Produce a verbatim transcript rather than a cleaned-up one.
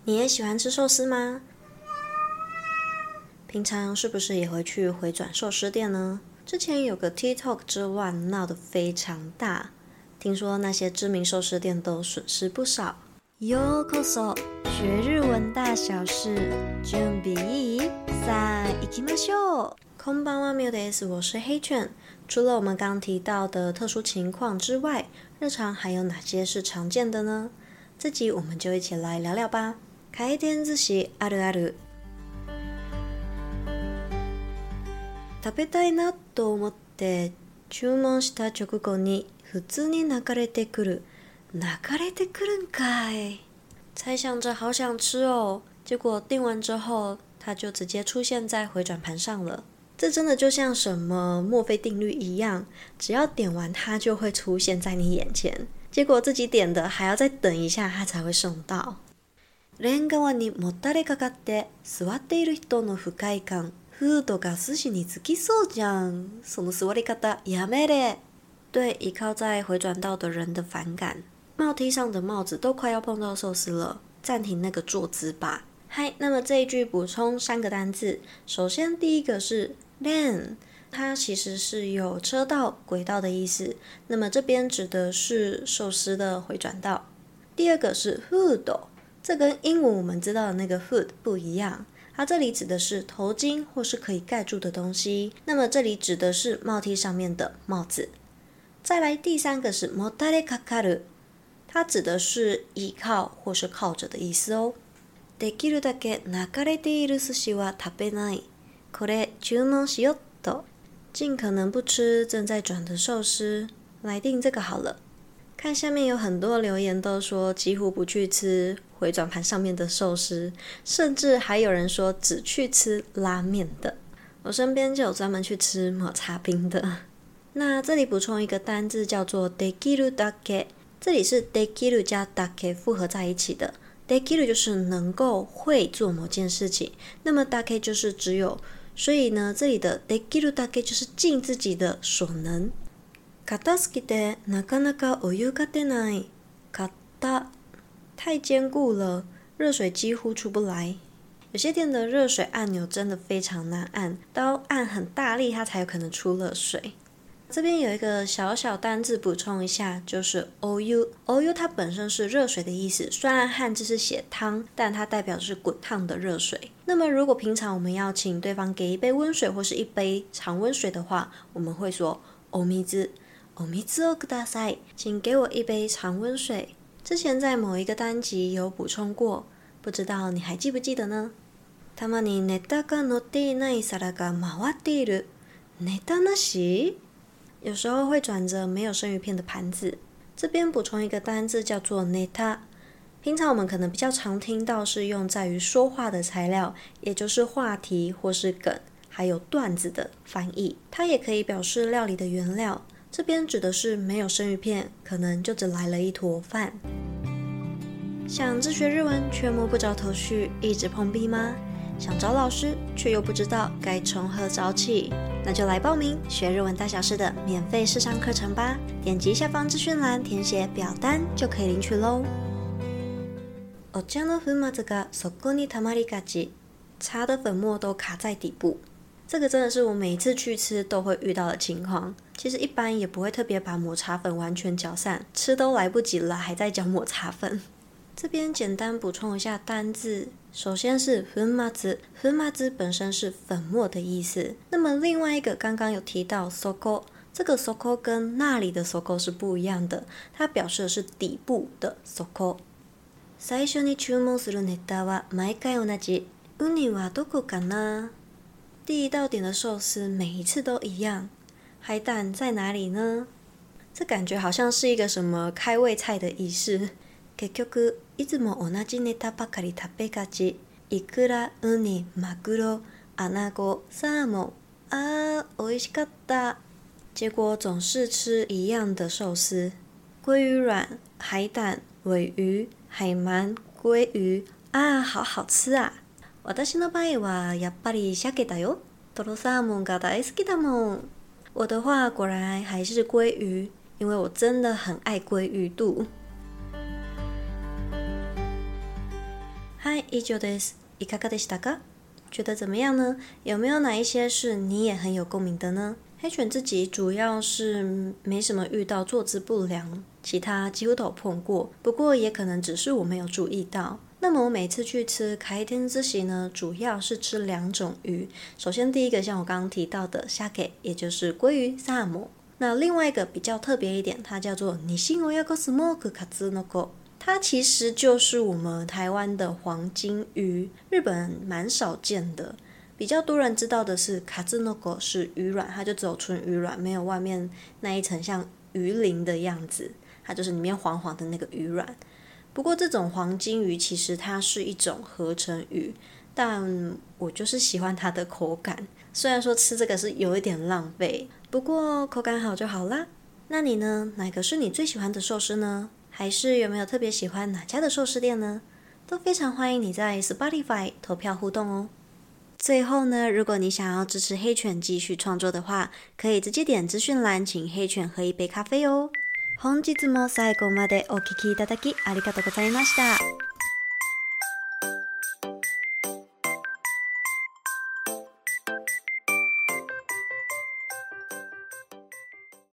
你也喜欢吃寿司吗？平常是不是也会去回转寿司店呢？之前有个 TikTok 之乱闹得非常大，听说那些知名寿司店都损失不少。Yokoso 学日文大小事，準備いい？さあ行きましょう。こんばんはミュです，我是黑犬。除了我们刚提到的特殊情况之外，日常还有哪些是常见的呢？这集我们就一起来聊聊吧。回転寿司あるある。食べたいなと思って注文した直後に普通に流れてくる。流れてくるんかい。才想着好想吃哦，结果订完之后，它就直接出现在回转盘上了。这真的就像什么墨菲定律一样，只要点完它就会出现在你眼前。结果自己点的还要再等一下，它才会送到。レーン側にもたれかかって座っている人の不快感。フードが寿司につきそうじゃん。その座り方やめれ。对倚靠在回转道的人的反感。帽梯上的帽子都快要碰到寿司了，暂停那个坐姿吧。嗨，那么这一句补充三个单字。首先第一个是 lane， 它其实是有车道、轨道的意思，那么这边指的是寿司的回转道。第二个是 hood， 这跟英文我们知道的那个 hood 不一样，它这里指的是头巾或是可以盖住的东西，那么这里指的是帽梯上面的帽子。再来第三个是もたれかかる，它指的是依靠或是靠着的意思哦。できるだけ流れている寿司は食べない。これ注文しよっと。尽可能不吃正在转的寿司，来订这个好了。看下面有很多留言都说几乎不去吃回转盘上面的寿司，甚至还有人说只去吃拉面的。我身边就有专门去吃抹茶冰的。那这里补充一个单字叫做できるだけ，这里是できる加だけ复合在一起的。できる就是能够会做某件事情，那么だけ就是只有，所以呢，这里的できるだけ就是尽自己的所能。硬すぎてなかなかお湯が出ない。硬太坚固了，热水几乎出不来。有些店的热水按钮真的非常难按，都要按很大力它才有可能出热水。这边有一个小小单字补充一下，就是お湯。お湯它本身是热水的意思，虽然汉字是写汤，但它代表的是滚烫的热水。那么如果平常我们要请对方给一杯温水或是一杯常温水的话，我们会说お水。お水をください，请给我一杯常温水。之前在某一个单集有补充过，不知道你还记不记得呢？たまにネタが乗っていない皿が回っている。ネタなし？有时候会转着没有生鱼片的盘子。这边补充一个单字叫做 neta， 平常我们可能比较常听到是用在于说话的材料，也就是话题或是梗，还有段子的翻译。它也可以表示料理的原料，这边指的是没有生鱼片，可能就只来了一坨饭。想自学日文却摸不着头绪，一直碰壁吗？想找老师却又不知道该从何找起，那就来报名学日文大小事的免费试上课程吧！点击下方资讯栏填写表单就可以领取咯。お茶の粉末がそこにたまりがち，茶的粉末都卡在底部。这个真的是我每一次去吃都会遇到的情况。其实一般也不会特别把抹茶粉完全搅散，吃都来不及了，还在搅抹茶粉。这边简单补充一下单字，首先是粉末，粉末本身是粉末的意思。那么另外一个刚刚有提到 soko， 这个 soko 跟那里的 soko 是不一样的，它表示的是底部的 soko。最初に注文するネタは毎回同じ。ウニはどこかな？第一道点的寿司每一次都一样，海胆在哪里呢？这感觉好像是一个什么开胃菜的仪式。結局いつも同じネタばかり食べがち。イクラ、ウニ、マグロ、アナゴ、サーモン。啊，美味しかった。结果总是吃一样的寿司，鲑鱼卵、海胆、尾鱼、海鳗、鲑鱼。啊，好好吃啊！私の場合はやっぱり鮭だよ。トロサーモンが大好きだもん。我的话果然还是鲑鱼，因为我真的很爱鲑鱼肚。 はい、以上です。いかがでしたか？觉得怎么样呢？有没有哪一些是你也很有共鸣的呢？黑犬自己主要是没什么遇到坐姿不良，其他几乎都有碰过，不过也可能只是我没有注意到。那么我每次去吃开天之喜呢，主要是吃两种鱼。首先第一个像我刚刚提到的虾给，也就是鲑鱼萨摩。那另外一个比较特别一点，它叫做ニシンオヤコスモークカツノコ。它其实就是我们台湾的黄金鱼，日本蛮少见的。比较多人知道的是卡兹诺狗是鱼卵，它就只有纯鱼卵，没有外面那一层像鱼鳞的样子，它就是里面黄黄的那个鱼卵。不过这种黄金鱼其实它是一种合成鱼，但我就是喜欢它的口感。虽然说吃这个是有一点浪费，不过口感好就好啦。那你呢？哪个是你最喜欢的寿司呢？还是有没有特别喜欢哪家的寿司店呢？都非常欢迎你在 Spotify 投票互动哦。最后呢，如果你想要支持黑犬继续创作的话，可以直接点资讯栏请黑犬喝一杯咖啡哦。本日も最後までお聞きいただきありがとうございました。